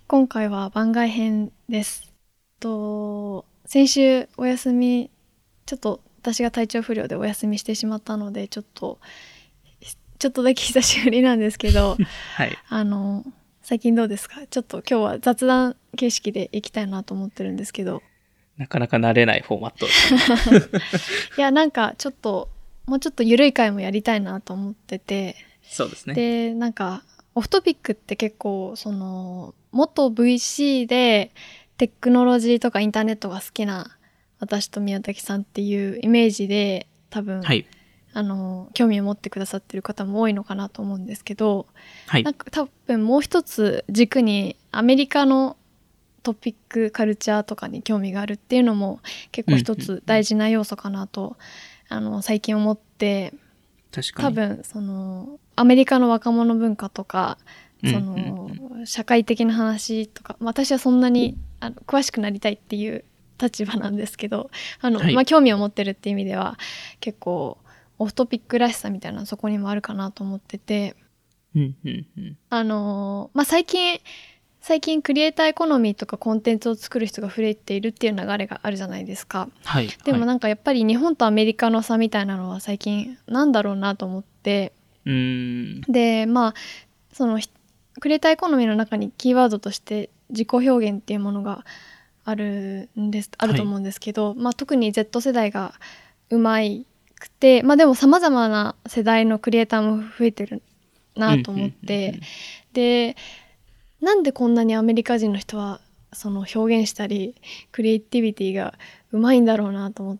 今回は番外編です。先週お休み、ちょっと私が体調不良でお休みしてしまったので、ちょっとだけ久しぶりなんですけど、 はい。 最近どうですか？ちょっと今日は雑談形式でいきたいなと思ってるんですけど。 なかなか慣れないフォーマットですね。 いや、なんかちょっと、もうちょっと緩い回もやりたいなと思ってて、 そうですね。 で、なんか、オフトピックって結構、元 VC でテクノロジーとかインターネットが好きな私と宮崎さんっていうイメージで、多分、 はい。 興味を持ってくださってる方も多いのかなと思うんですけど、 はい。 なんか多分もう一つ軸にアメリカのトピックカルチャーとかに興味があるっていうのも結構一つ大事な要素かなと、最近思って、 確かに。 多分アメリカの若者文化とか社会的な話とか、私はそんなに詳しくなりたいっていう立場なんですけど、 はい。 興味を持ってるっていう意味では結構オフトピックらしさみたいなそこにもあるかなと思ってて、最近クリエイターエコノミーとかコンテンツを作る人が増えているっていう流れがあるじゃないですか。 はい。 でもなんかやっぱり日本とアメリカの差みたいなのは最近なんだろうなと思って、でクリエイターエコノミーの中にキーワードとして自己表現っていうものがあると思うんですけど、特に Z 世代がうまくて、でも様々な世代のクリエイターも増えてるなと思って、でなんでこんなにアメリカ人の人はその表現したりクリエイティビティがうまいんだろうなと思って。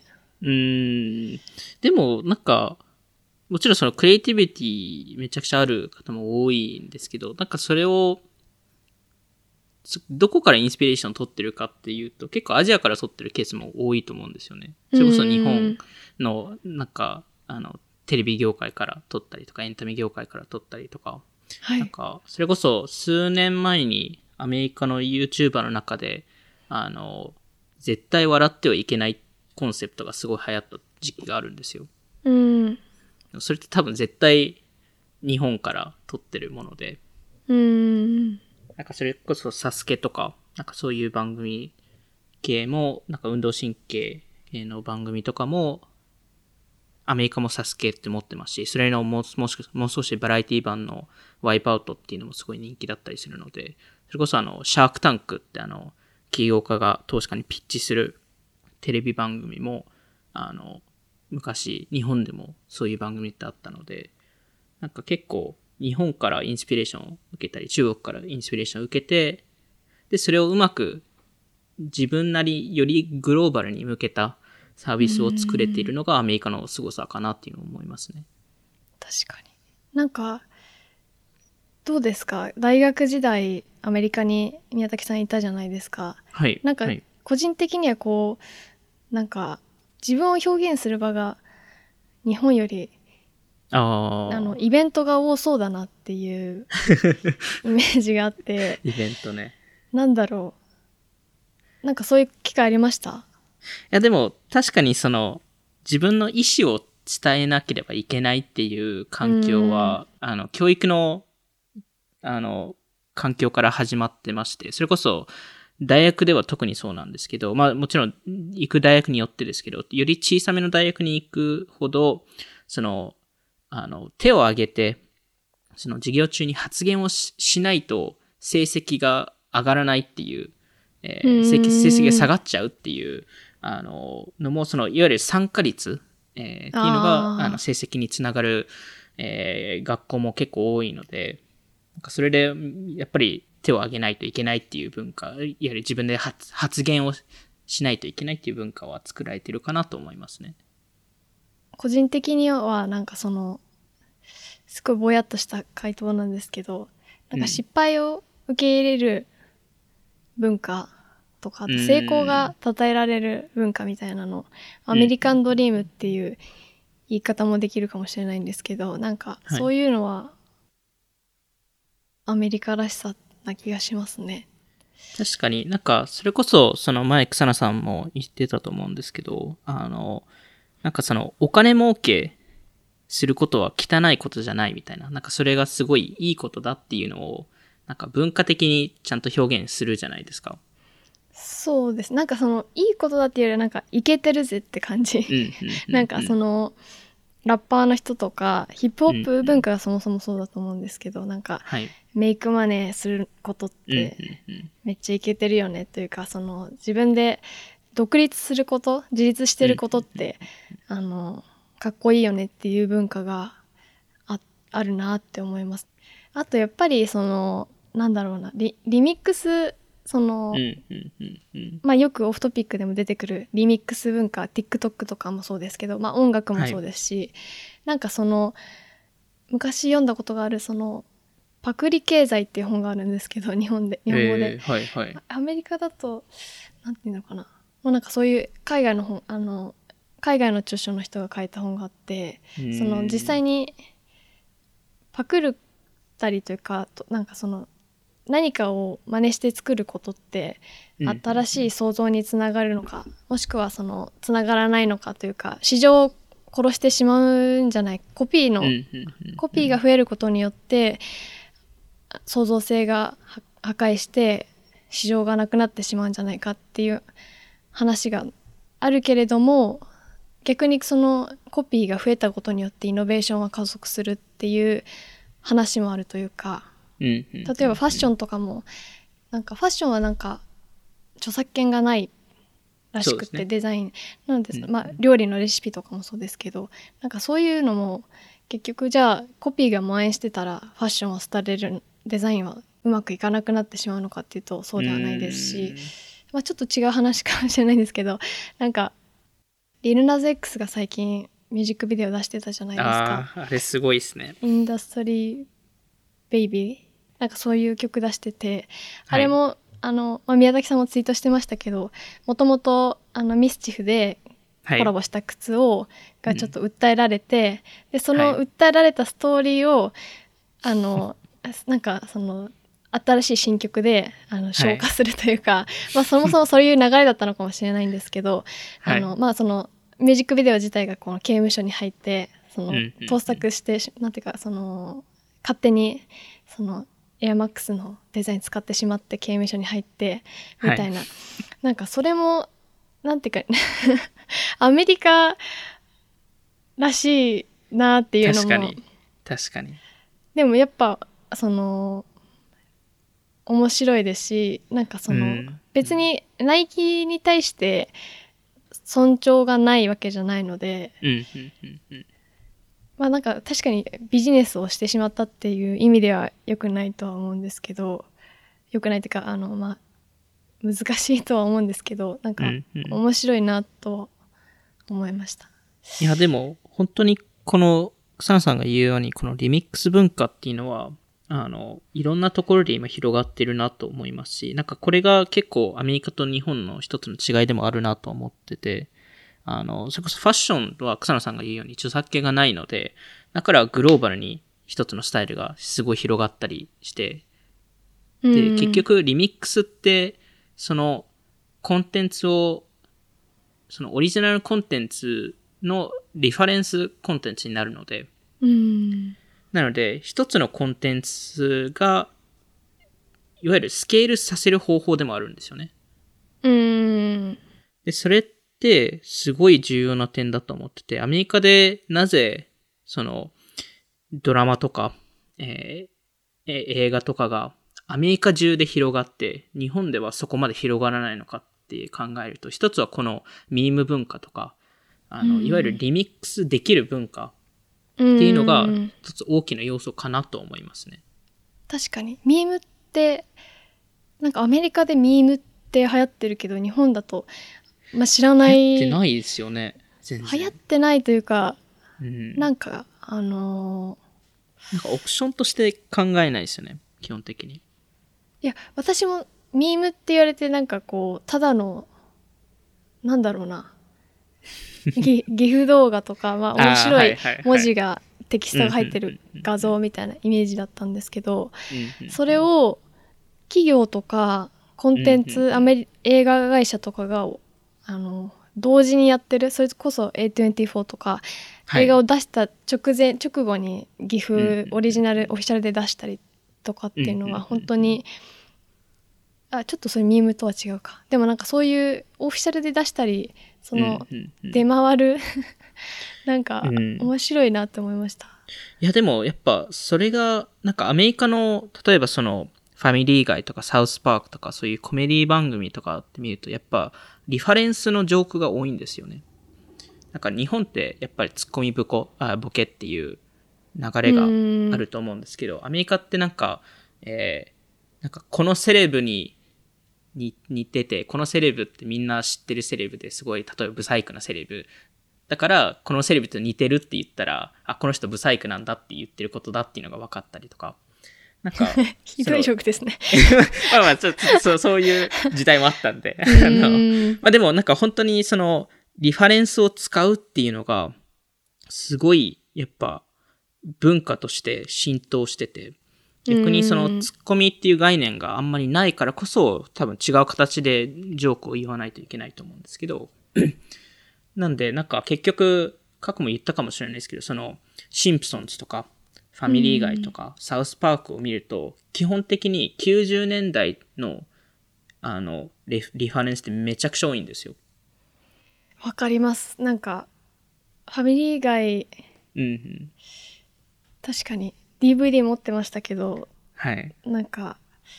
でも、なんか、もちろんそのクリエイティビティめちゃくちゃある方も多いんですけど、なんかそれを、どこからインスピレーションを取ってるかっていうと、結構アジアから取ってるケースも多いと思うんですよね。それこそ日本の、なんか、テレビ業界から取ったりとか、エンタメ業界から取ったりとか、 はい、 なんか、それこそ数年前にアメリカの YouTuber の中で、絶対笑ってはいけないコンセプトがすごい流行った時期があるんですよ。それって多分絶対日本から取ってるもので、なんかそれこそサスケとか、なんかそういう番組系も、なんか運動神経系の番組とかも、アメリカもサスケって持ってますし、それのもう少しバラエティ版のワイプアウトっていうのもすごい人気だったりするので、それこそシャークタンクって起業家が投資家にピッチするテレビ番組も、昔日本でもそういう番組ってあったので、なんか結構日本からインスピレーションを受けたり、中国からインスピレーションを受けて、で、それをうまく自分なりよりグローバルに向けたサービスを作れているのがアメリカの凄さかなっていうのを思いますね。 確かに。なんかどうですか？大学時代アメリカに宮崎さんいたじゃないですか。 はい。 なんかはい。 個人的にはなんか自分を表現する場が日本よりイベントが多そうだなっていうイメージがあってイベントね。 なんだろう、なんかそういう機会ありました？ いやでも確かに自分の意思を伝えなければいけないっていう環境は、教育の環境から始まってまして、それこそ、大学では特にそうなんですけど、もちろん、行く大学によってですけど、より小さめの大学に行くほど、手を挙げて、授業中に発言をしないと、成績が上がらないっていう、成績が下がっちゃうっていう、のも、いわゆる参加率、っていうのが、成績につながる、学校も結構多いので、なんかそれで、やっぱり手を挙げないといけないっていう文化、いわゆる自分で発言をしないといけないっていう文化は作られてるかなと思いますね。 個人的にはなんかすごいぼやっとした回答なんですけど、なんか失敗を受け入れる文化とか、あと成功が称えられる文化みたいなの、アメリカンドリームっていう言い方もできるかもしれないんですけど、なんかそういうのはアメリカらしさな気がしますね。 確かになんか、それこそ、前、草野さんも言ってたと思うんですけど、なんかお金儲けすることは汚いことじゃないみたいな、なんかそれがすごいいいことだっていうのを、 なんか文化的にちゃんと表現するじゃないですか。 そうです。なんかそのいいことだっていうよりなんかイケてるぜって感じ。なんかそのラッパーの人とかヒップホップ文化がそもそもそうだと思うんですけど、なんかメイクマネーすることってめっちゃイケてるよねというか、その自分で独立すること、自立してることってかっこいいよねっていう文化があるなって思います。あとやっぱりそのなんだろうな、リミックス、そのまあよくオフトピックでも出てくるリミックス文化、 TikTok とかもそうですけど、まあ音楽もそうですし、なんかその昔読んだことがあるそのパクリ経済っていう本があるんですけど、日本語で、アメリカだとなんていうのかな、もうなんかそういう海外の本、海外の著書の人が書いた本があって、その実際にパクったりというか、なんかその何かを真似して作ることって新しい創造につながるのか、もしくはそのつながらないのかというか、市場を殺してしまうんじゃない、コピーが増えることによって創造性が破壊して市場がなくなってしまうんじゃないかっていう話があるけれども、逆にそのコピーが増えたことによってイノベーションは加速するっていう話もあるというか、例えばファッションとかも、なんかファッションはなんか著作権がないらしくて、デザインなんです、まあ料理のレシピとかもそうですけど、なんかそういうのも結局じゃあコピーが蔓延してたらファッションを廃れる、デザインはうまくいかなくなってしまうのかっていうとそうではないですし、まあ、ちょっと違う話かもしれないんですけど、なんかリルナズ X が最近ミュージックビデオ出してたじゃないですか。 あれすごいですね。 インダストリーベイビー、なんかそういう曲出してて、あれもまあ、宮崎さんもツイートしてましたけど、もともとミスチフでコラボした靴がちょっと訴えられて、でその訴えられたストーリーをなんかその新しい新曲で消化するというか、まあ、そもそもそういう流れだったのかもしれないんですけど、まあそのミュージックビデオ自体がこの刑務所に入ってその盗作して、なんていうかその勝手にそのエアマックスのデザイン使ってしまって刑務所に入ってみたいな、なんかそれもなんていうかアメリカらしいなっていうのも確かにでもやっぱその面白いですし、なんかその別にナイキに対して尊重がないわけじゃないので、まあなんか確かにビジネスをしてしまったっていう意味では良くないとは思うんですけど、良くないというかまあ難しいとは思うんですけど、なんか面白いなと思いました。 いやでも本当にこの草野さんが言うようにこのリミックス文化っていうのはいろんなところで今広がってるなと思いますし、なんかこれが結構アメリカと日本の一つの違いでもあるなと思ってて、それこそファッションは草野さんが言うように著作権がないので、だからグローバルに一つのスタイルがすごい広がったりして、で、結局リミックスってそのコンテンツを、そのオリジナルコンテンツのリファレンスコンテンツになるので、なので、一つのコンテンツが、いわゆるスケールさせる方法でもあるんですよね。で、それってすごい重要な点だと思ってて、アメリカでなぜ、その、ドラマとか、映画とかがアメリカ中で広がって、日本ではそこまで広がらないのかって考えると、一つはこのミーム文化とか、いわゆるリミックスできる文化、っていうのが一つ大きな要素かなと思いますね。 確かにミームってなんかアメリカでミームって流行ってるけど日本だと、まあ、知らない。 流行ってないですよね。全然流行ってないというか、なんかなんかオプションとして考えないですよね、基本的に。 いや私もミームって言われてなんかこうただのなんだろうなギフ動画とか、まあ、面白い文字がテキストが入ってる画像みたいなイメージだったんですけど、それを企業とかコンテンツ、映画会社とかが同時にやってる、それこそ A24 とか、映画を出した直後にギフオリジナルオフィシャルで出したりとかっていうのは本当に、ちょっとそれミームとは違うか。でもなんかそういうオフィシャルで出したり、その出回るなんか面白いなって思いました。 いやでもやっぱそれがなんかアメリカの例えばそのファミリーガイとかサウスパークとかそういうコメディ番組とかって見るとやっぱリファレンスのジョークが多いんですよね。なんか日本ってやっぱりツッコミボケっていう流れがあると思うんですけど、アメリカってなんかこのセレブに似てて、このセレブってみんな知ってるセレブですごい、例えばブサイクなセレブ。だから、このセレブと似てるって言ったら、この人ブサイクなんだって言ってることだっていうのが分かったりとか。なんか、 ひどいジョークですね。 まあちょっとそういう時代もあったんで。でもなんか本当にその、リファレンスを使うっていうのが、すごい、やっぱ、文化として浸透してて、逆にそのツッコミっていう概念があんまりないからこそ多分違う形でジョークを言わないといけないと思うんですけどなんでなんか結局過去も言ったかもしれないですけどそのシンプソンズとかファミリーガイとかサウスパークを見ると基本的に90年代のリファレンスってめちゃくちゃ多いんですよ。 わかります。なんかファミリーガイ、確かにDVD 持ってましたけど、 はい。 なんか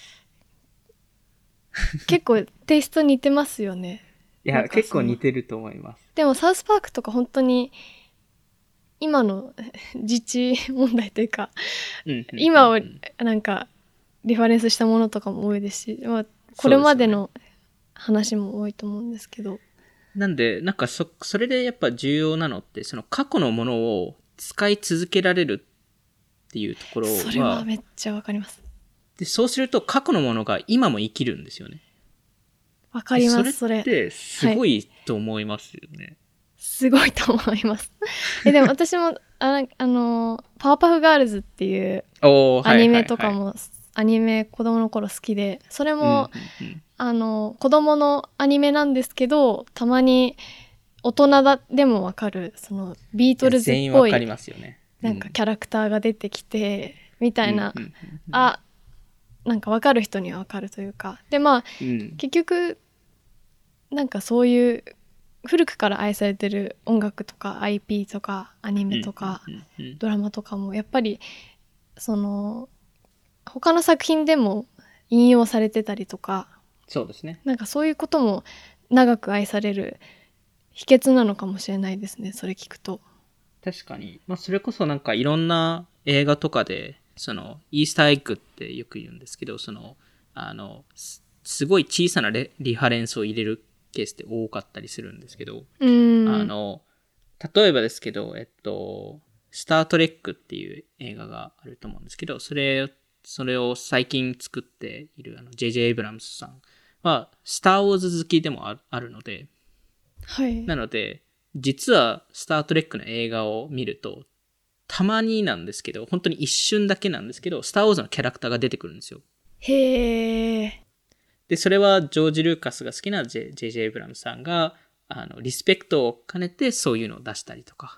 結構テイスト似てますよね。 いや結構似てると思います。 でもサウスパークとか本当に今の自治問題というか、今をなんかリファレンスしたものとかも多いですし、これまでの話も多いと思うんですけど。 なんでなんかそれでやっぱ重要なのってその過去のものを使い続けられるっていうところはそれはめっちゃわかります。 でそうすると過去のものが今も生きるんですよね。 わかります。 それってすごいと思いますよね。 すごいと思います。でも私もパワーパフガールズっていうアニメとかも、アニメ子供の頃好きで、それも、子供のアニメなんですけど、たまに大人でもわかるそのビートルズっぽい全員わかりますよね。 なんかキャラクターが出てきてみたいな、なんかわかる人にはわかるというか、で結局なんかそういう古くから愛されてる音楽とか IP とかアニメとかドラマとかもやっぱりその他の作品でも引用されてたりとか、 そうですね。 なんかそういうことも長く愛される秘訣なのかもしれないですね。それ聞くと。 確かに、それこそなんかいろんな映画とかでそのイースターエッグってよく言うんですけど、そのすごい小さなリファレンスを入れるケースって多かったりするんですけど、例えばですけど、スタートレックっていう映画があると思うんですけど、それを最近作っているJ.J. エイブラムスさんはスター・ウォーズ好きでもあるので、 はい、 なので実はスタートレックの映画を見るとたまになんですけど、本当に一瞬だけなんですけど、スター・ウォーズのキャラクターが出てくるんですよ。 へー。 で、それはジョージ・ルーカスが好きな J.J. エイブラムスさんがリスペクトを兼ねてそういうのを出したりとか。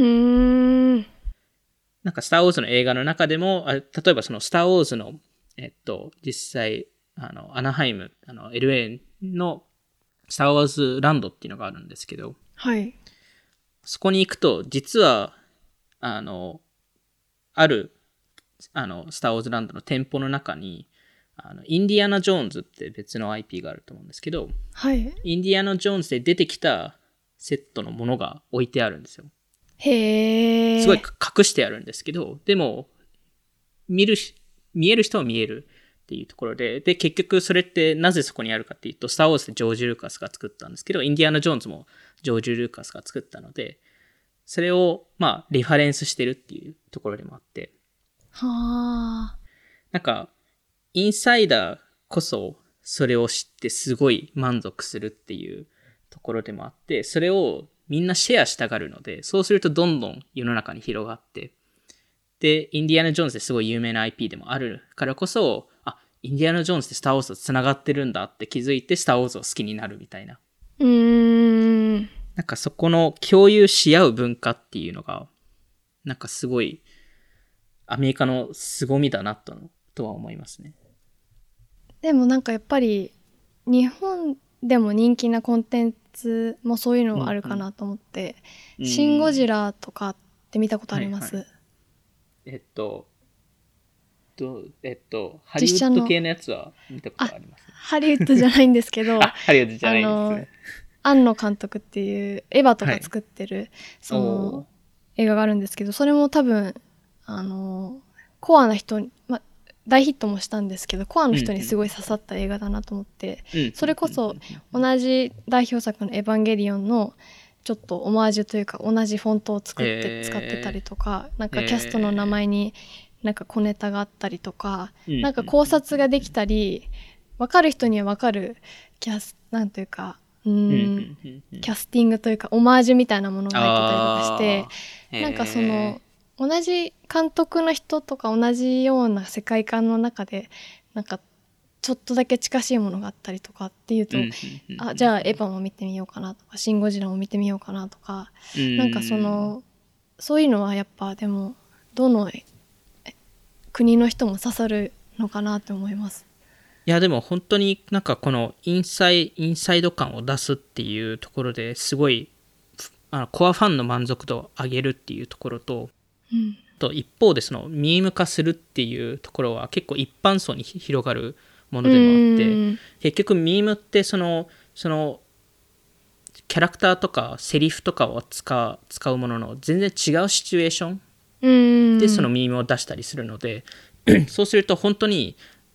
なんかスター・ウォーズの映画の中でも、例えばそのスター・ウォーズの実際アナハイムLA のスター・ウォーズランドっていうのがあるんですけど、 はい、 そこに行くと実はあるスター・ウォーズランドの店舗の中にインディアナ・ジョーンズって別の IP があると思うんですけど、 はい、 インディアナ・ジョーンズで出てきたセットのものが置いてあるんですよ。 へー。 すごい隠してあるんですけど、でも見える人は見えるっていうところで、結局それってなぜそこにあるかっていうと、スター・ウォーズってジョージ・ルーカスが作ったんですけど、インディアナ・ジョーンズもジョージ・ルーカスが作ったので、それをリファレンスしてるっていうところでもあって、 はー。 なんかインサイダーこそそれを知ってすごい満足するっていうところでもあって、それをみんなシェアしたがるので、そうするとどんどん世の中に広がって、で、インディアナ・ジョーンズってすごい有名な IP でもあるからこそ、インディアナ・ジョーンズってスター・ウォーズと繋がってるんだって気づいて、スター・ウォーズを好きになるみたいな。なんかそこの共有し合う文化っていうのが、なんかすごいアメリカの凄みだなととは思いますね。 でもなんかやっぱり日本でも人気なコンテンツもそういうのはあるかなと思って、シン・ゴジラとかって見たことあります？ はいはい、ハリウッド系のやつは見たことあります、ね、 ハリウッドじゃないんですけどハリウッドじゃないですね。 庵野監督っていうエヴァとか作ってる、はい、その映画があるんですけど、それも多分コアな人、大ヒットもしたんですけど、コアの人にすごい刺さった映画だなと思って、それこそ同じ代表作のエヴァンゲリオンのちょっとオマージュというか同じフォントを使ってたりとか、なんかキャストの名前になんか小ネタがあったりとか、なんか考察ができたり、分かる人には分かるなんというかキャスティングというかオマージュみたいなものが入ってたりとかして、なんかその同じ監督の人とか同じような世界観の中でなんかちょっとだけ近しいものがあったりとかっていうと、じゃあエヴァも見てみようかなとか、シン・ゴジラも見てみようかなとか、なんかそういうのはやっぱでもどの国の人も刺さるのかなって思います。 いやでも本当になんかこのインサイド感を出すっていうところですごいコアファンの満足度を上げるっていうところと、と一方でそのミーム化するっていうところは結構一般層に広がるものでもあって、結局ミームってそのキャラクターとかセリフとかを使うものの全然違うシチュエーションでそのミームを出したりするのでそうすると本当に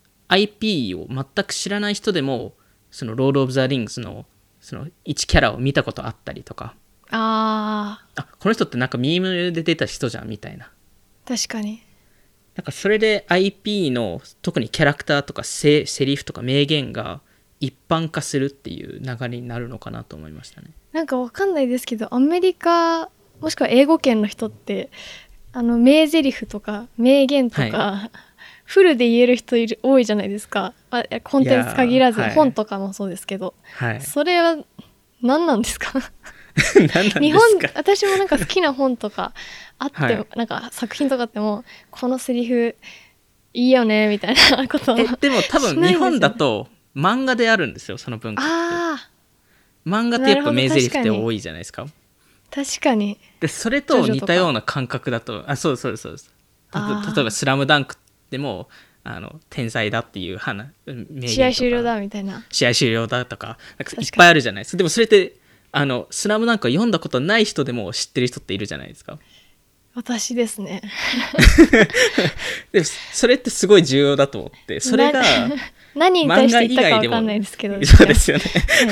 IP を全く知らない人でもそのロード・オブ・ザ・リングスのその1キャラを見たことあったりとか、この人ってなんかミームで出た人じゃんみたいな。 確かに。 なんかそれで IP の特にキャラクターとかセリフとか名言が一般化するっていう流れになるのかなと思いましたね。 なんかわかんないですけど、アメリカもしくは英語圏の人って名台詞とか名言とか、フルで言える人多いじゃないですか。コンテンツ限らず、本とかもそうですけど、それは何なんですか？日本、私もなんか好きな本とかあっても、なんか作品とかあってもこのセリフいいよねみたいなことをでも多分日本だと漫画であるんですよ、その文化って。漫画ってやっぱ名台詞って多いじゃないですか。 確かに。 でそれと似たような感覚だと、そうです。例えばスラムダンクでも天才だっていう名言とか、 試合終了だみたいな、 試合終了だとか、なんかいっぱいあるじゃないですか。でもそれってスラムダンクを読んだことない人でも知ってる人っているじゃないですか。 私ですね。 でそれってすごい重要だと思って、それが何に対して言ったか分かんないですけど、 そうですよね。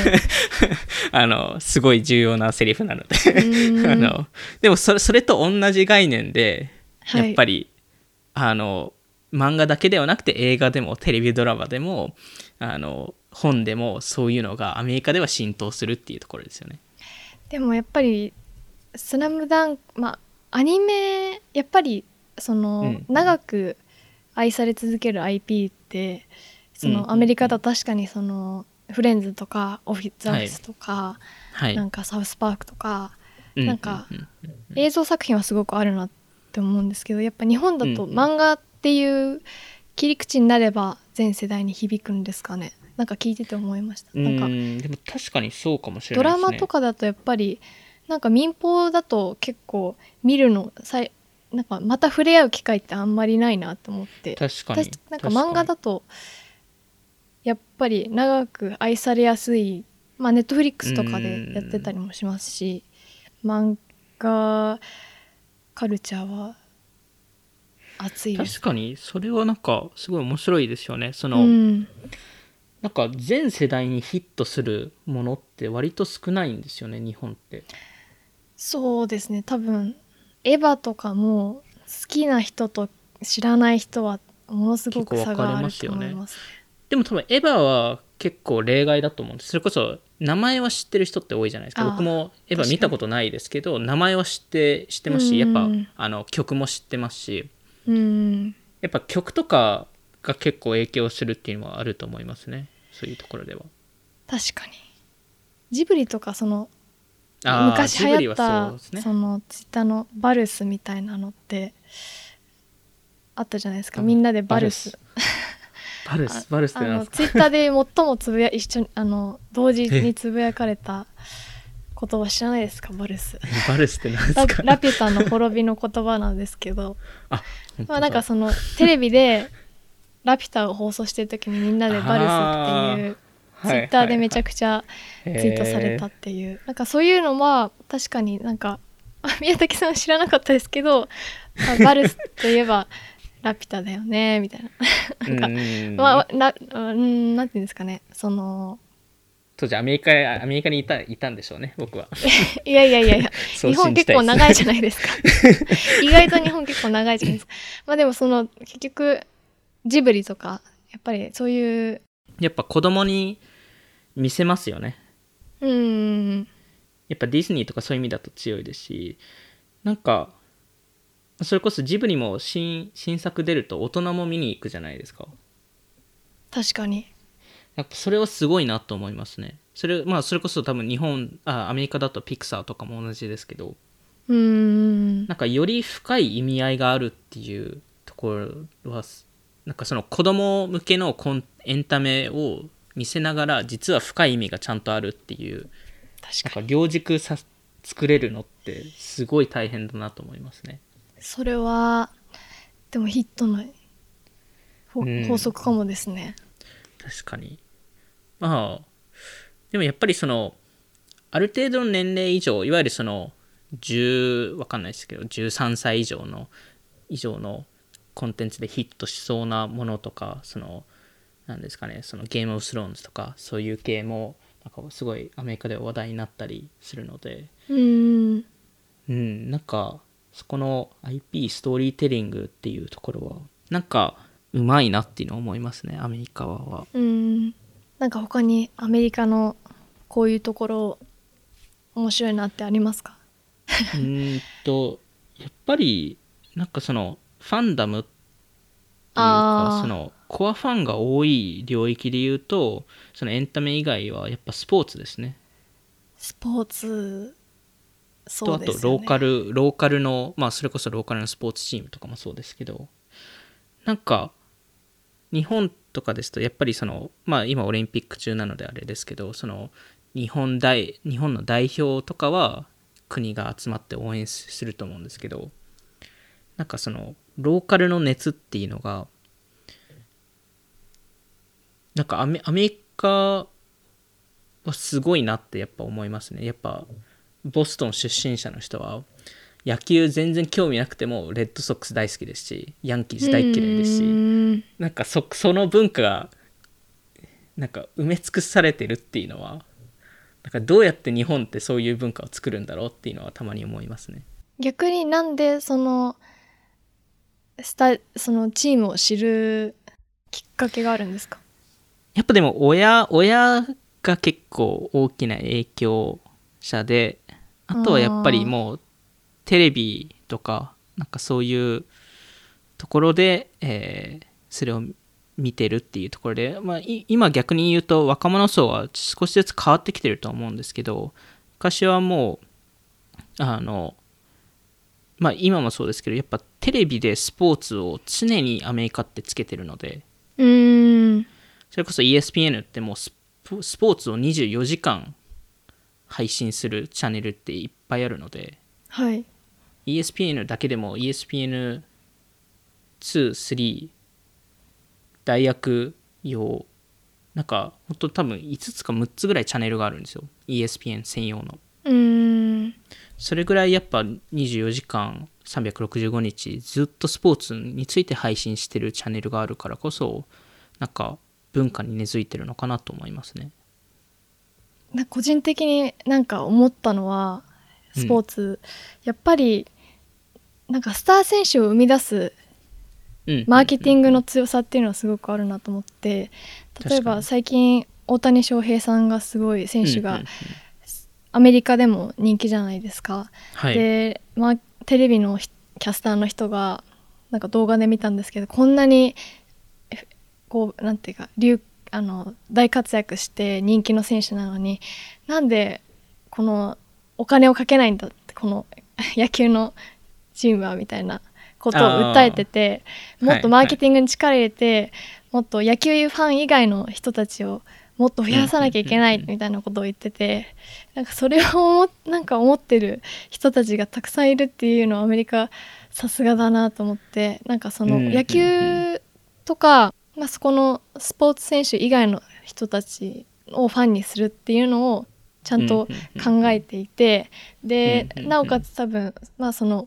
すごい重要なセリフなのででもそれと同じ概念でやっぱり、漫画だけではなくて映画でもテレビドラマでも本でもそういうのがアメリカでは浸透するっていうところですよね。 でもやっぱりスラムダンク、アニメやっぱり長く愛され続ける IP ってアメリカだと確かにフレンズとかオフィス・ザ・オフィスとか、なんかサウスパークとか、なんか映像作品はすごくあるなって思うんですけど、やっぱ日本だと漫画っていう切り口になれば全世代に響くんですかね。なんか聞いてて思いました。なんかでも確かにそうかもしれないですね。 ドラマとかだとやっぱりなんか民放だと結構見るのなんかまた触れ合う機会ってあんまりないなと思って、 確かになんか漫画だとやっぱり長く愛されやすい、ネットフリックスとかでやってたりもしますし、漫画カルチャーは熱いです。 確かにそれはなんかすごい面白いですよね。なんか全世代にヒットするものって割と少ないんですよね、日本って。 そうですね、多分エヴァとかも好きな人と知らない人はものすごく差があると思います。 でも多分エヴァは結構例外だと思うんです。それこそ名前は知ってる人って多いじゃないですか。僕もエヴァ見たことないですけど名前は知ってますし、やっぱ曲も知ってますし、やっぱ曲とかが結構影響するっていうのはあると思いますね、そういうところでは。 確かにジブリとか昔流行ったツイッターのバルスみたいなのってあったじゃないですか。みんなでバルスバルスってなんですか？ ツイッターで最もつぶや一緒に同時につぶやかれた言葉知らないですか？バルス。 バルスってなんですか？ ラピュタの滅びの言葉なんですけどまあ、 なんかそのテレビでラピュタを放送してる時にみんなでバルスっていうツイッターでめちゃくちゃツイートされたっていう、なんかそういうのは確かになんか宮崎さんは知らなかったですけどバルスといえばラピュタだよねみたいななんかなんていうんですかね、その当時アメリカにいたんでしょうね、僕は。 いや日本結構長いじゃないですか意外と日本結構長いじゃないですか。まあでもその結局ジブリとかやっぱりそういうやっぱ子供に見せますよね。やっぱディズニーとかそういう意味だと強いですし、なんかそれこそジブリも新作出ると大人も見に行くじゃないですか。 確かに。 やっぱそれはすごいなと思いますね。それこそ多分アメリカだとピクサーとかも同じですけど、なんかより深い意味合いがあるっていうところは、なんかその子供向けのエンタメを見せながら実は深い意味がちゃんとあるっていう、なんか両軸作れるのってすごい大変だなと思いますね。 それはでもヒットの法則かもですね。 確かに。まあでもやっぱりそのある程度の年齢以上、いわゆるそのわかんないですけど13歳以上のコンテンツでヒットしそうなものとか、そのなんですかね、そのゲームオブスローンズとかそういう系もなんかすごいアメリカでは話題になったりするので、なんかそこの IP ストーリーテリングっていうところはなんかうまいなっていうのを思いますね、アメリカは。 なんか他にアメリカのこういうところ面白いなってありますか？ やっぱりなんかそのファンダムっていうか、そのコアファンが多い領域で言うと、そのエンタメ以外はやっぱスポーツですね。 スポーツ、そうですよね。 あとローカルの、まあそれこそローカルのスポーツチームとかもそうですけど、なんか日本とかですとやっぱりその、まあ今オリンピック中なのであれですけど、その日本の代表とかは国が集まって応援すると思うんですけど、なんかそのローカルの熱っていうのがなんかアメリカはすごいなってやっぱ思いますね。やっぱボストン出身者の人は野球全然興味なくてもレッドソックス大好きですし、ヤンキース大嫌いですし、なんかその文化がなんか埋め尽くされてるっていうのは、なんかどうやって日本ってそういう文化を作るんだろうっていうのはたまに思いますね。 逆になんでそのチームを知るきっかけがあるんですか？ やっぱでも親が結構大きな影響者で、あとはやっぱりもうテレビとかなんかそういうところで、それを見てるっていうところで、まあ、今逆に言うと若者層は少しずつ変わってきてると思うんですけど、昔はもうまあ今もそうですけど、やっぱテレビでスポーツを常にアメリカってつけてるので、それこそ ESPN ってもうスポーツを24時間配信するチャンネルっていっぱいあるので、 はい、 ESPN だけでも ESPN2、3大学用なんか本当多分5つか6つぐらいチャンネルがあるんですよ、 ESPN 専用の。それぐらいやっぱ24時間365日ずっとスポーツについて配信してるチャンネルがあるからこそ、なんか文化に根付いてるのかなと思いますね。 個人的になんか思ったのはスポーツ、やっぱりなんかスター選手を生み出すマーケティングの強さっていうのはすごくあるなと思って、例えば最近大谷翔平さんがすごい選手がアメリカでも人気じゃないですか、で、テレビのキャスターの人がなんか動画で見たんですけど、こんなにこうなんていうか大活躍して人気の選手なのになんでこのお金をかけないんだってこの野球のチームはみたいなことを訴えてて、もっとマーケティングに力入れて、 もっと野球ファン以外の人たちをもっと増やさなきゃいけないみたいなことを言ってて、なんかそれをなんか思ってる人たちがたくさんいるっていうのはアメリカさすがだなと思って、なんかその野球とか、まあ、そこのスポーツ選手以外の人たちをファンにするっていうのをちゃんと考えていて、でなおかつ多分、まあ、その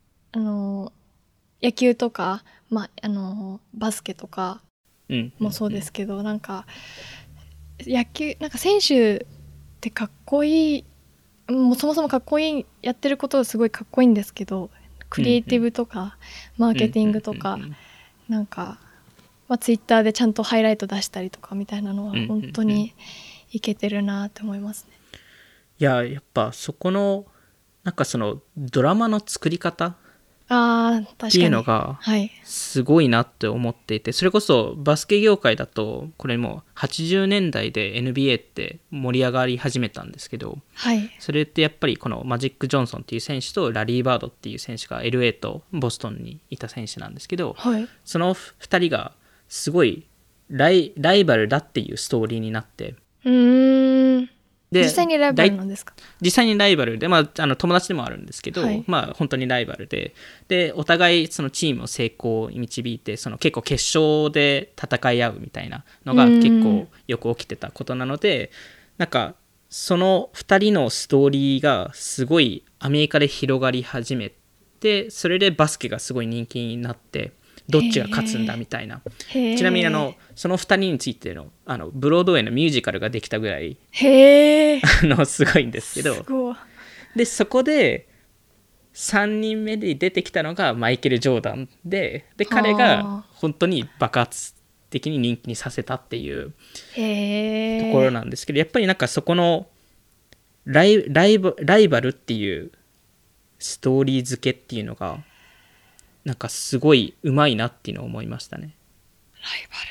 野球とか、まあ、バスケとかもそうですけど、なんか野球なんか選手ってかっこいい、もうそもそもかっこいい、やってることがすごいかっこいいんですけど、クリエイティブとかマーケティングとか、なんか、まあ、ツイッターでちゃんとハイライト出したりとかみたいなのは本当にいけてるなって思いますね。 いや、やっぱそこのなんかそのドラマの作り方っていうのがすごいなって思っていて、それこそバスケ業界だとこれもう80年代で NBA って盛り上がり始めたんですけど、それってやっぱりこのマジック・ジョンソンっていう選手とラリー・バードっていう選手が LA とボストンにいた選手なんですけど、その2人がすごいライバルだっていうストーリーになって、 で実際にライバルなんですか？ 実際にライバルで、まあ、友達でもあるんですけど、まあ、本当にライバルで、お互いそのチームを成功に導いて、その結構決勝で戦い合うみたいなのが結構よく起きてたことなので、なんかその2人のストーリーがすごいアメリカで広がり始めて、それでバスケがすごい人気になって、どっちが勝つんだみたいな。ちなみにその2人についてのブロードウェイのミュージカルができたぐらいすごいんですけど、でそこで3人目で出てきたのがマイケル・ジョーダンで彼が本当に爆発的に人気にさせたっていうところなんですけど、やっぱりなんかそこのライバルっていうストーリー付けっていうのがなんかすごいうまいなっていうのを思いましたね。 ライバル、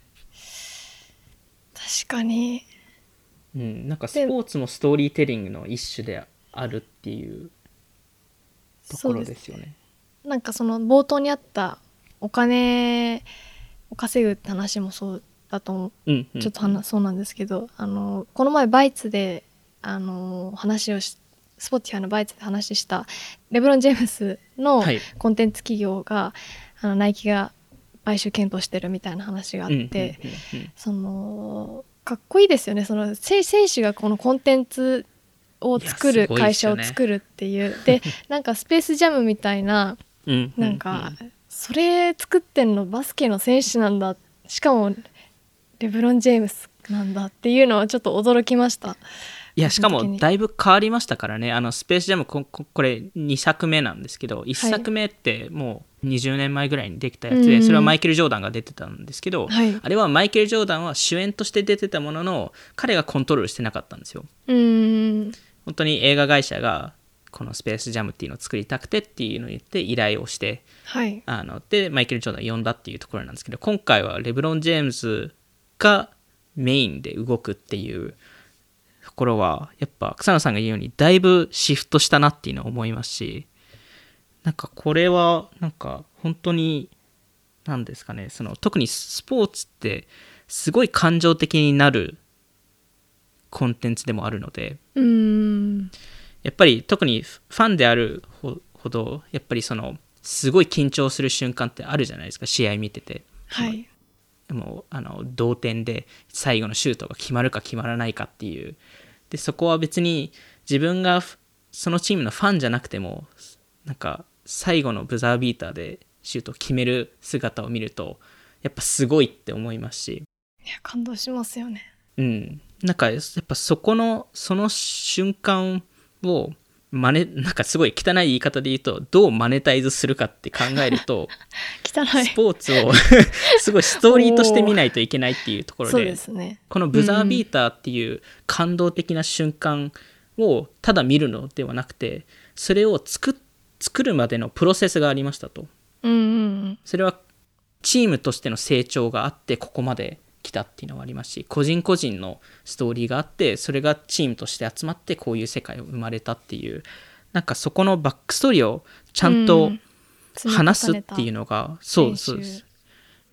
確かに、 なんかスポーツもストーリーテリングの一種であるっていうところですよね。 なんかその冒頭にあったお金を稼ぐって話もそうだと思う、ちょっとそうなんですけど、この前バイツで話をスポティファイのバイツで話したレブロン・ジェームスのコンテンツ企業が、ナイキが買収検討してるみたいな話があって、そのかっこいいですよね。その選手がこのコンテンツを作る会社を作るっていう、でなんかスペースジャムみたいな、なんかそれ作ってんのバスケの選手なんだ、しかもレブロン・ジェームスなんだっていうのはちょっと驚きました。 いやしかもだいぶ変わりましたからね。スペースジャム これ2作目なんですけど、1作目ってもう20年前ぐらいにできたやつで、それはマイケル・ジョーダンが出てたんですけど、あれはマイケル・ジョーダンは主演として出てたものの彼がコントロールしてなかったんですよ。本当に映画会社がこのスペースジャムっていうのを作りたくてっていうのを言って依頼をして、でマイケル・ジョーダンを呼んだっていうところなんですけど、今回はレブロン・ジェームズがメインで動くっていうところはやっぱ草野さんが言うようにだいぶシフトしたなっていうのを思いますし、なんかこれはなんか本当に何ですかね、その特にスポーツってすごい感情的になるコンテンツでもあるので、やっぱり特にファンであるほどやっぱりそのすごい緊張する瞬間ってあるじゃないですか、試合見てて。もう同点で最後のシュートが決まるか決まらないかっていう、でそこは別に自分がそのチームのファンじゃなくてもなんか最後のブザービーターでシュートを決める姿を見るとやっぱすごいって思いますし、いや感動しますよね。 なんかやっぱその瞬間をなんかすごい汚い言い方で言うとどうマネタイズするかって考えると汚いスポーツをすごいストーリーとして見ないといけないっていうところ で、このブザービーターっていう感動的な瞬間をただ見るのではなくて、それを作るまでのプロセスがありましたと、それはチームとしての成長があってここまで来たっていうのはありますし、個人個人のストーリーがあってそれがチームとして集まってこういう世界を生まれたっていう、なんかそこのバックストーリーをちゃんと話すっていうのが、そうです。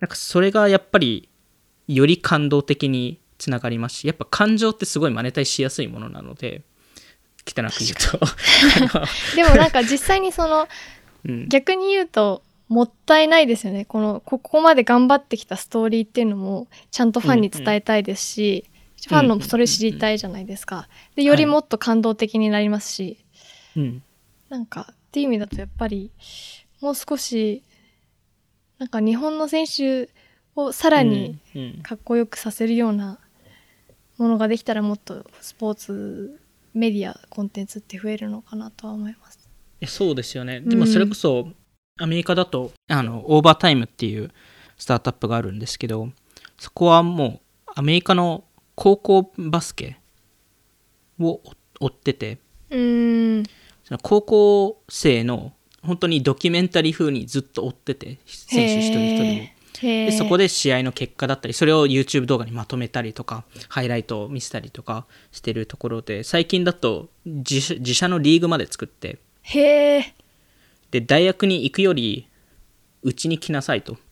なんかそれがやっぱりより感動的につながりますし、やっぱ感情ってすごいマネタイしやすいものなので、汚く言うとでもなんか実際にその、逆に言うともったいないですよね。ここまで頑張ってきたストーリーっていうのもちゃんとファンに伝えたいですし、ファンのそれ知りたいじゃないですか。でよりもっと感動的になりますし、なんかっていう意味だとやっぱりもう少しなんか日本の選手をさらにかっこよくさせるようなものができたら、もっとスポーツメディアコンテンツって増えるのかなとは思います。 そうですよね。でもそれこそアメリカだとオーバータイムっていうスタートアップがあるんですけど、そこはもうアメリカの高校バスケを追ってて、その高校生の本当にドキュメンタリー風にずっと追ってて、選手一人一人を。でそこで試合の結果だったり、それを YouTube 動画にまとめたりとか、ハイライトを見せたりとかしてるところで、最近だと自社のリーグまで作って、で大学に行くよりうちに来なさいと、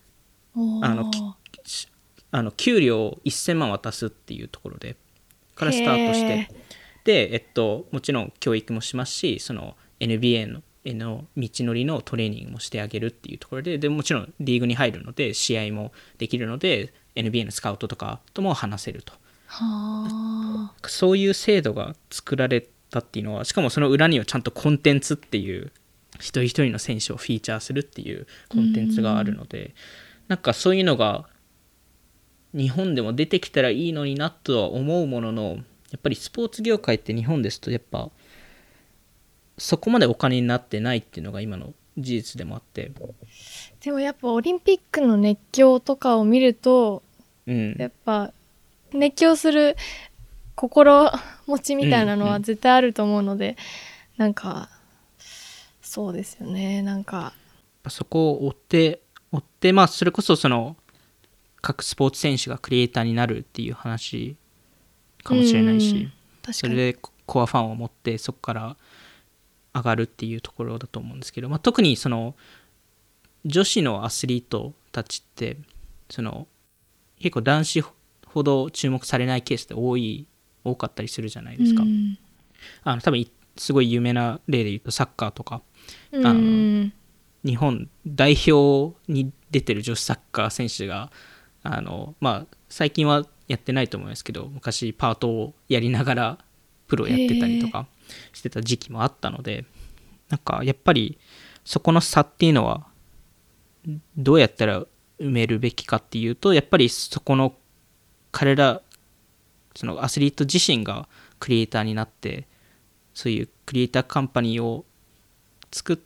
給料を1000万渡すっていうところでからスタートして、で、もちろん教育もしますし、その NBA の道のりのトレーニングもしてあげるっていうところで、もちろんリーグに入るので試合もできるので NBA のスカウトとかとも話せると。そういう制度が作られたっていうのは、しかもその裏にはちゃんとコンテンツっていう一人一人の選手をフィーチャーするっていうコンテンツがあるので、なんかそういうのが日本でも出てきたらいいのになとは思うものの、やっぱりスポーツ業界って日本ですとやっぱそこまでお金になってないっていうのが今の事実でもあって、 でもやっぱオリンピックの熱狂とかを見ると、やっぱ熱狂する心持ちみたいなのは絶対あると思うので、なんかそうですよね。なんかそこを追ってまあそれこそその各スポーツ選手がクリエイターになるっていう話かもしれないし、それでコアファンを持ってそこから上がるっていうところだと思うんですけど、まあ、特にその女子のアスリートたちってその結構男子ほど注目されないケースって多かったりするじゃないですか。多分すごい有名な例で言うとサッカーとか、日本代表に出てる女子サッカー選手がまあ最近はやってないと思いますけど、昔パートをやりながらプロやってたりとかしてた時期もあったので、なんかやっぱりそこの差っていうのはどうやったら埋めるべきかっていうと、やっぱりそこの彼らそのアスリート自身がクリエイターになって、そういうクリエイターカンパニーを作って、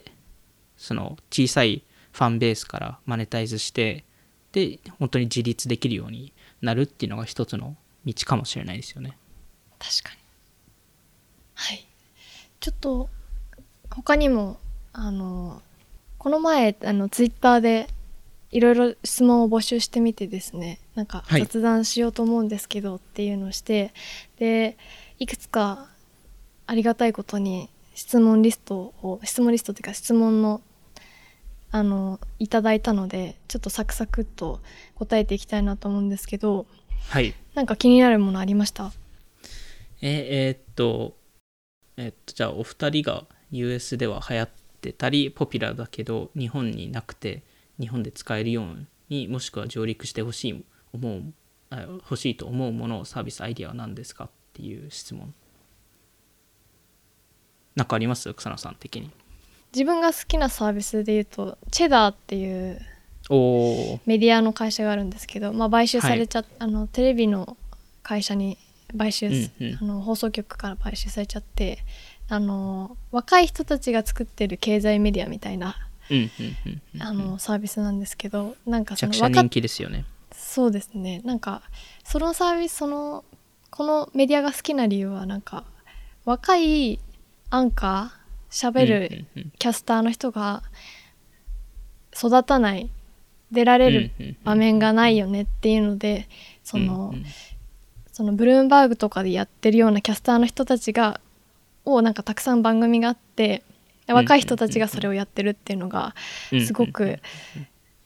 その小さいファンベースからマネタイズして、で本当に自立できるようになるっていうのが一つの道かもしれないですよね。 確かに。はい。ちょっと他にもこの前ツイッターでいろいろ質問を募集してみてですね、なんか雑談しようと思うんですけどっていうのをして、でいくつかありがたいことに質問リストっていうか質問のいただいたので、ちょっとサクサクっと答えていきたいなと思うんですけど、なんか気になるものありました？ じゃあお二人が US では流行ってたりポピュラーだけど日本になくて日本で使えるように、もしくは上陸してほしいと思うもの、サービス、アイディアは何ですかっていう質問。なんかあります？草野さん的に。 自分が好きなサービスでいうとチェダーっていうメディアの会社があるんですけど、買収されちゃテレビの会社に買収、放送局から買収されちゃって、若い人たちが作ってる経済メディアみたいなサービスなんですけど、なんかめちゃくちゃ人気ですよね。 そうですね。なんかそのサービスこのメディアが好きな理由は、なんか若いアンカー喋るキャスターの人が育たない、出られる場面がないよねっていうので、そのブルームバーグとかでやってるようなキャスターの人たちなんかたくさん番組があって、若い人たちがそれをやってるっていうのがすごく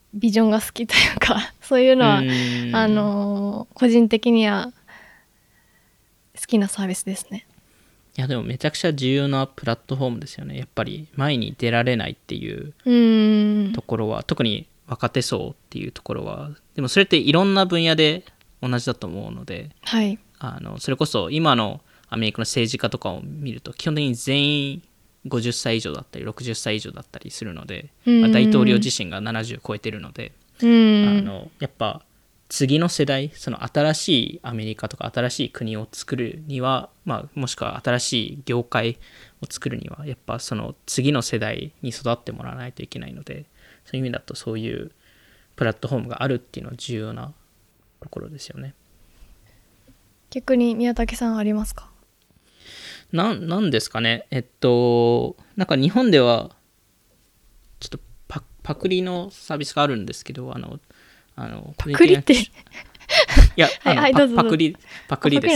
ビジョンが好きというかそういうのは個人的には好きなサービスですね。 いやでもめちゃくちゃ重要なプラットフォームですよね。やっぱり前に出られないっていうところは、特に若手層っていうところは、でもそれっていろんな分野で同じだと思うので、 はい、 それこそ今のアメリカの政治家とかを見ると基本的に全員50歳以上だったり60歳以上だったりするので、大統領自身が70超えてるので、やっぱ次の世代、その新しいアメリカとか新しい国を作るには、もしくは新しい業界を作るにはやっぱその次の世代に育ってもらわないといけないので、そういう意味だとそういうプラットフォームがあるっていうのは重要なところですよね。 逆に宮武さんありますか？ なんですかね。なんか日本ではちょっとパクリのサービスがあるんですけど、 パクリっていや、パクリです。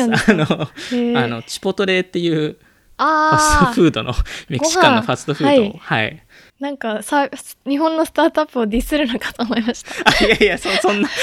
チポトレっていうファストフードのメキシカンのファストフードを、はい。 なんか日本のスタートアップをディスるのかと思いました。 いやそんな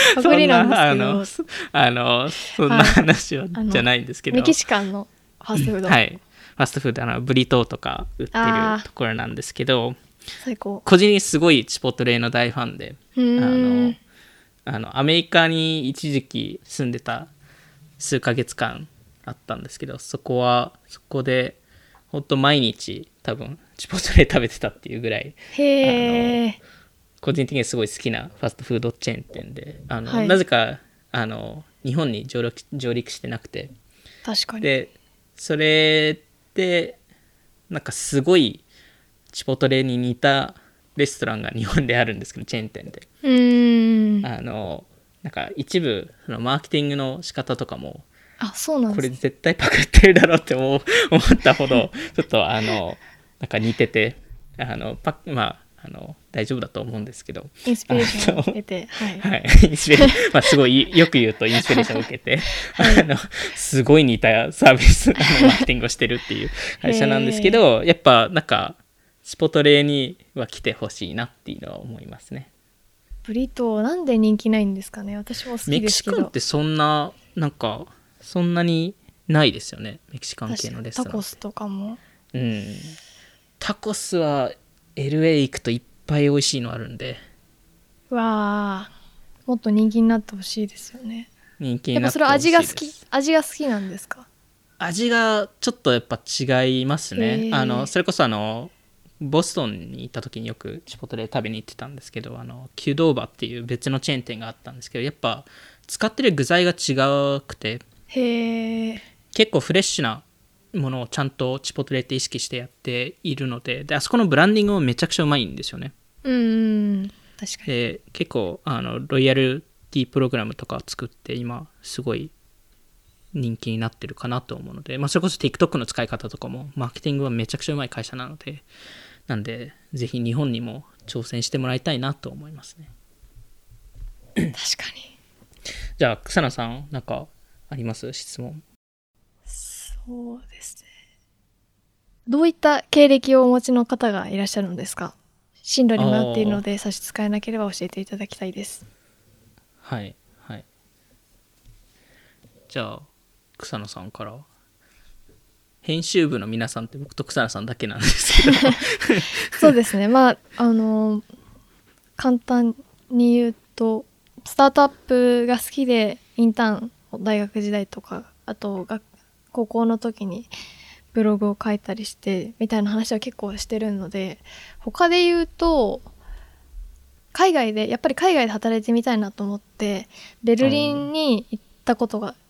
話はじゃないんですけど、 メキシカンのファストフード、 はい、ファストフードブリトーとか売ってるところなんですけど、 最高。 個人的にすごいチポトレの大ファンで、アメリカに一時期住んでた数ヶ月間あったんですけど、そこで本当毎日多分チポトレ食べてたっていうぐらい、個人的にすごい好きなファストフードチェーン店で、はい、なぜか日本に上陸してなくて、 確かに。 でそれでなんかすごいチポトレに似たレストランが日本であるんですけど、チェーン店でなんか一部そのマーケティングの仕方とかも、 そうなんです、 これ絶対パクってるだろうって思ったほどちょっとなんか似てて、大丈夫だと思うんですけど、 インスピレーションを受けて、 はい、すごいよく言うとインスピレーションを受けて、はい、すごい似たサービスマーケティングをしてるっていう会社なんですけど、やっぱなんかチポトレには来てほしいなっていうのは思いますね。 ブリトーなんで人気ないんですかね。私も好きですけど。 メキシカンってそんなにないですよね、メキシカン系のレストラン。 タコスとかも。 タコスは LA 行くといっぱい美味しいのあるんで。 わー、もっと人気になってほしいですよね。 人気になってほしいです。 やっぱそれ味が好きなんですか？ 味がちょっとやっぱ違いますね。それこそボストンに行った時によくチポトレ食べに行ってたんですけど、キュドーバっていう別のチェーン店があったんですけど、やっぱ使ってる具材が違くて、結構フレッシュなものをちゃんとチポトレって意識してやっているので、あそこのブランディングもめちゃくちゃうまいんですよね。 確かに。 で結構ロイヤルティプログラムとか作って今すごい人気になってるかなと思うので、それこそ TikTok の使い方とかもマーケティングはめちゃくちゃうまい会社なので、なんでぜひ日本にも挑戦してもらいたいなと思いますね。 確かに。 じゃあ草野さんなんかあります？質問。 そうですね。どういった経歴をお持ちの方がいらっしゃるのですか？進路に迷っているので差し支えなければ教えていただきたいです。 はいはい。じゃあ草野さんから。編集部の皆さんって僕と草野さんだけなんですけどそうですね。簡単に言うとスタートアップが好きでインターンを大学時代とか、あと高校の時にブログを書いたりしてみたいな話は結構してるので、他で言うとやっぱり海外で働いてみたいなと思ってベルリンに行ったことがあって、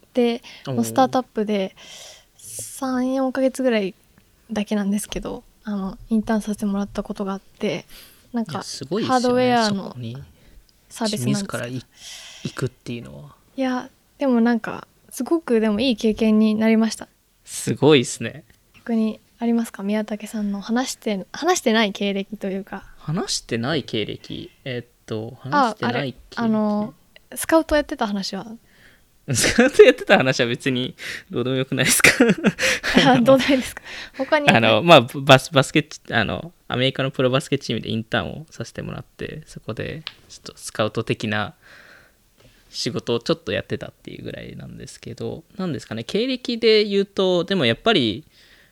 スタートアップで3、4ヶ月ぐらいだけなんですけど、インターンさせてもらったことがあって、なんか、 すごいですよね、 ハードウェアのサービスなんですから行くっていうのは。 いやでもなんかすごくでもいい経験になりました。 すごいですね。 逆にありますか？宮武さんの話してない経歴というか。 話してない経歴話してない経歴、 スカウトやってた話はスカウトやってた話は別にどうでもよくないですか？ どうでもいいですか？他にバスケアメリカのプロバスケチームでインターンをさせてもらって、そこでちょっとスカウト的な仕事をちょっとやってたっていうぐらいなんですけど、なんですかね、経歴で言うと、でもやっぱり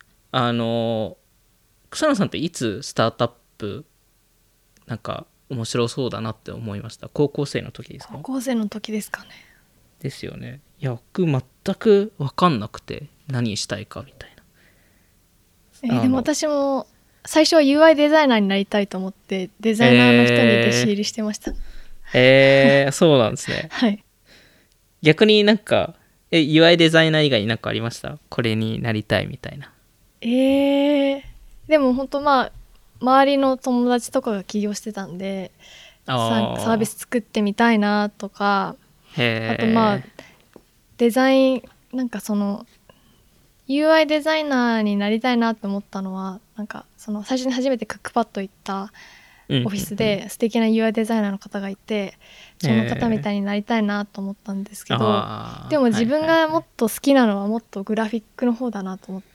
草野さんっていつスタートアップなんか面白そうだなって思いました？高校生の時ですか？ 高校生の時ですかね。 ですよね。いや、僕全く分かんなくて、何したいかみたいな。 でも私も最初は UI デザイナーになりたいと思ってデザイナーの人に弟子入りしてました。 そうなんですね。 はい。 逆になんかUI デザイナー以外に何かありました？これになりたいみたいな。 でも本当周りの友達とかが起業してたんでサービス作ってみたいなとか、あとデザインなんかその UI デザイナーになりたいなって思ったのは、なんかその最初に初めてクックパッド行ったオフィスで素敵な UI デザイナーの方がいて、その方みたいになりたいなと思ったんですけど、でも自分がもっと好きなのはもっとグラフィックの方だなと思って、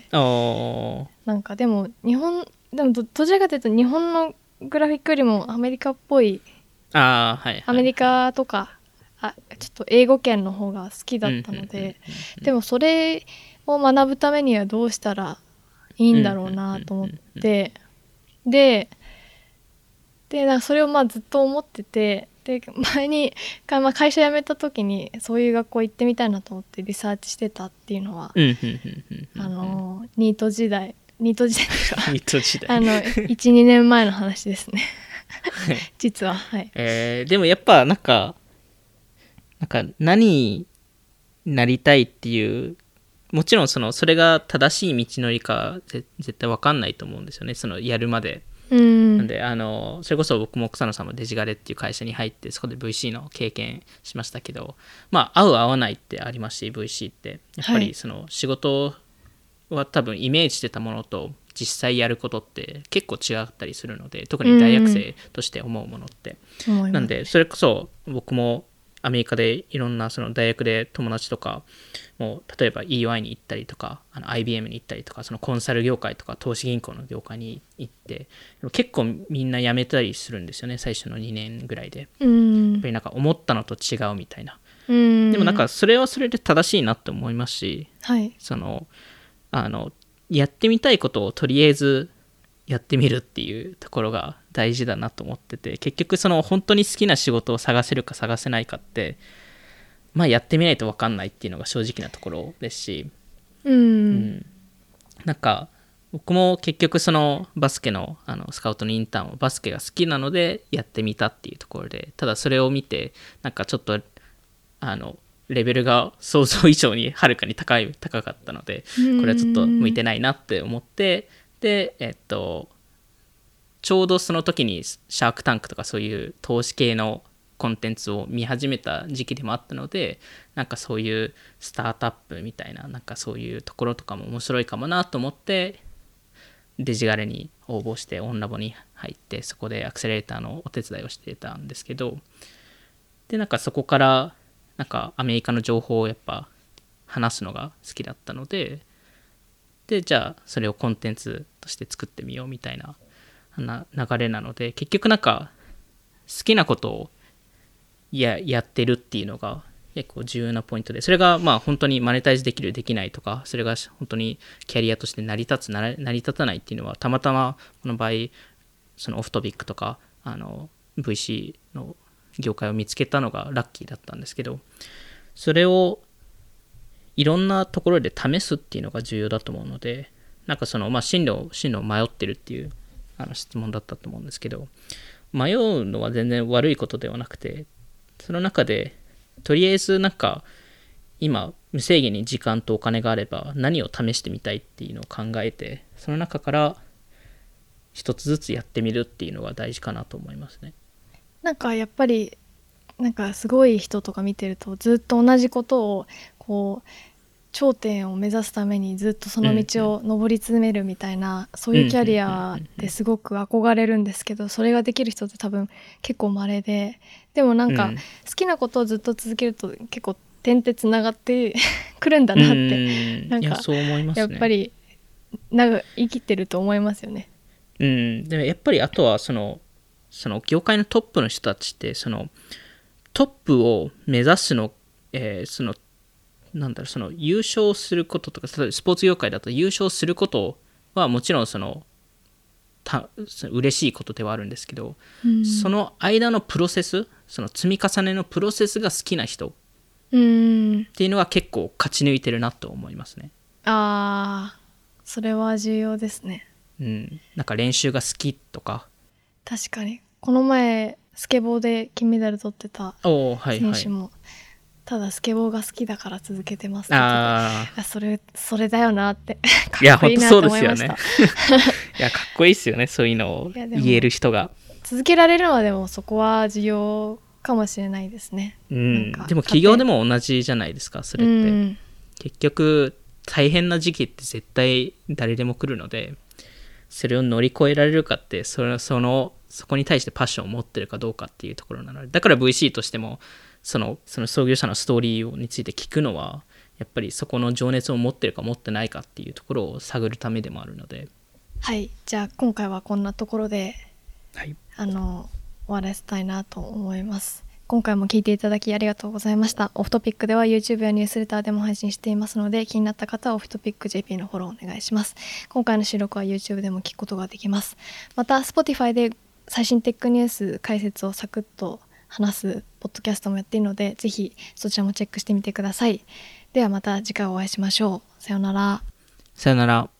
なんかでもどちらかというと日本のグラフィックよりもアメリカっぽい、アメリカとかちょっと英語圏の方が好きだったので、でもそれを学ぶためにはどうしたらいいんだろうなと思って、でなんかそれをずっと思ってて、で前に会社辞めた時にそういう学校行ってみたいなと思ってリサーチしてたっていうのはニート時代1,2 年前の話ですね実は。はい。 でもやっぱなんか何になりたいっていう、もちろんそれが正しい道のりか絶対分かんないと思うんですよね、そのやるまで。なんでそれこそ僕も草野さんもデジガレっていう会社に入ってそこで VC の経験しましたけど、合う合わないってありますし、 VC ってやっぱりその仕事は多分イメージしてたものと実際やることって結構違ったりするので、特に大学生として思うものって、なんでそれこそ僕もアメリカでいろんなその大学で友達とかも例えば EY に行ったりとかIBM に行ったりとか、そのコンサル業界とか投資銀行の業界に行って結構みんな辞めたりするんですよね、最初の2年ぐらいで。やっぱりなんか思ったのと違うみたいな。でもなんかそれはそれで正しいなって思いますし、そのやってみたいことをとりあえずやってみるっていうところが大事だなと思ってて、結局その本当に好きな仕事を探せるか探せないかってやってみないと分かんないっていうのが正直なところですし、なんか僕も結局そのバスケのスカウトのインターンをバスケが好きなのでやってみたっていうところで、ただそれを見てなんかちょっとレベルが想像以上にはるかに高かったので、これはちょっと向いてないなって思って、でちょうどその時にシャークタンクとかそういう投資系のコンテンツを見始めた時期でもあったので、なんかそういうスタートアップみたいな、なんかそういうところとかも面白いかもなと思ってデジガレに応募してオンラボに入って、そこでアクセレーターのお手伝いをしてたんですけど、でなんかそこからなんかアメリカの情報をやっぱ話すのが好きだったので、じゃあそれをコンテンツとして作ってみようみたいな流れなので、結局なんか好きなことをやってるっていうのが結構重要なポイントで、それが本当にマネタイズできるできないとか、それが本当にキャリアとして成り立たないっていうのはたまたまこの場合そのオフトピックとかVC の業界を見つけたのがラッキーだったんですけど、それをいろんなところで試すっていうのが重要だと思うので、なんかその進路を迷ってるっていう質問だったと思うんですけど、迷うのは全然悪いことではなくて、その中でとりあえずなんか今無制限に時間とお金があれば何を試してみたいっていうのを考えて、その中から一つずつやってみるっていうのが大事かなと思いますね。 なんかやっぱりなんかすごい人とか見てるとずっと同じことをこう頂点を目指すためにずっとその道を上り詰めるみたいな、そういうキャリアってすごく憧れるんですけど、それができる人って多分結構稀で、でもなんか好きなことをずっと続けると結構点ってつながってくるんだなって、なんかそう思いますね。 やっぱり生きてると思いますよね。 うん、でもやっぱりあとはその業界のトップの人たちってそのトップを目指すの、そのなんだろう、その優勝することとか、例えばスポーツ業界だと優勝することはもちろんその嬉しいことではあるんですけど、その間のプロセス、その積み重ねのプロセスが好きな人っていうのが結構勝ち抜いてるなと思いますね。 ああ、それは重要ですね。 うん、なんか練習が好きとか。 確かにこの前スケボーで金メダル取ってた選手も、ただスケボーが好きだから続けてますって言ってた。それだよなってかっこいいなと思いました。いや、本当そうですよね。 いや、かっこいいですよね、そういうのを言える人が。 続けられるのはでもそこは重要かもしれないですね。 うん、でも企業でも同じじゃないですか、それって。結局大変な時期って絶対誰でも来るので、それを乗り越えられるかってそこに対してパッションを持ってるかどうかっていうところなので、だから VC としてもその創業者のストーリーについて聞くのはやっぱりそこの情熱を持ってるか持ってないかっていうところを探るためでもあるので。 はい、じゃあ今回はこんなところで、 はい、 終わらせたいなと思います。今回も聞いていただきありがとうございました。オフトピックでは YouTube やニュースレターでも配信していますので、気になった方はオフトピック JP のフォローお願いします。今回の収録は YouTube でも聞くことができます。また Spotify で最新テックニュース解説をサクッと話すポッドキャストもやっているので、ぜひそちらもチェックしてみてください。ではまた次回お会いしましょう。さようなら。 さようなら。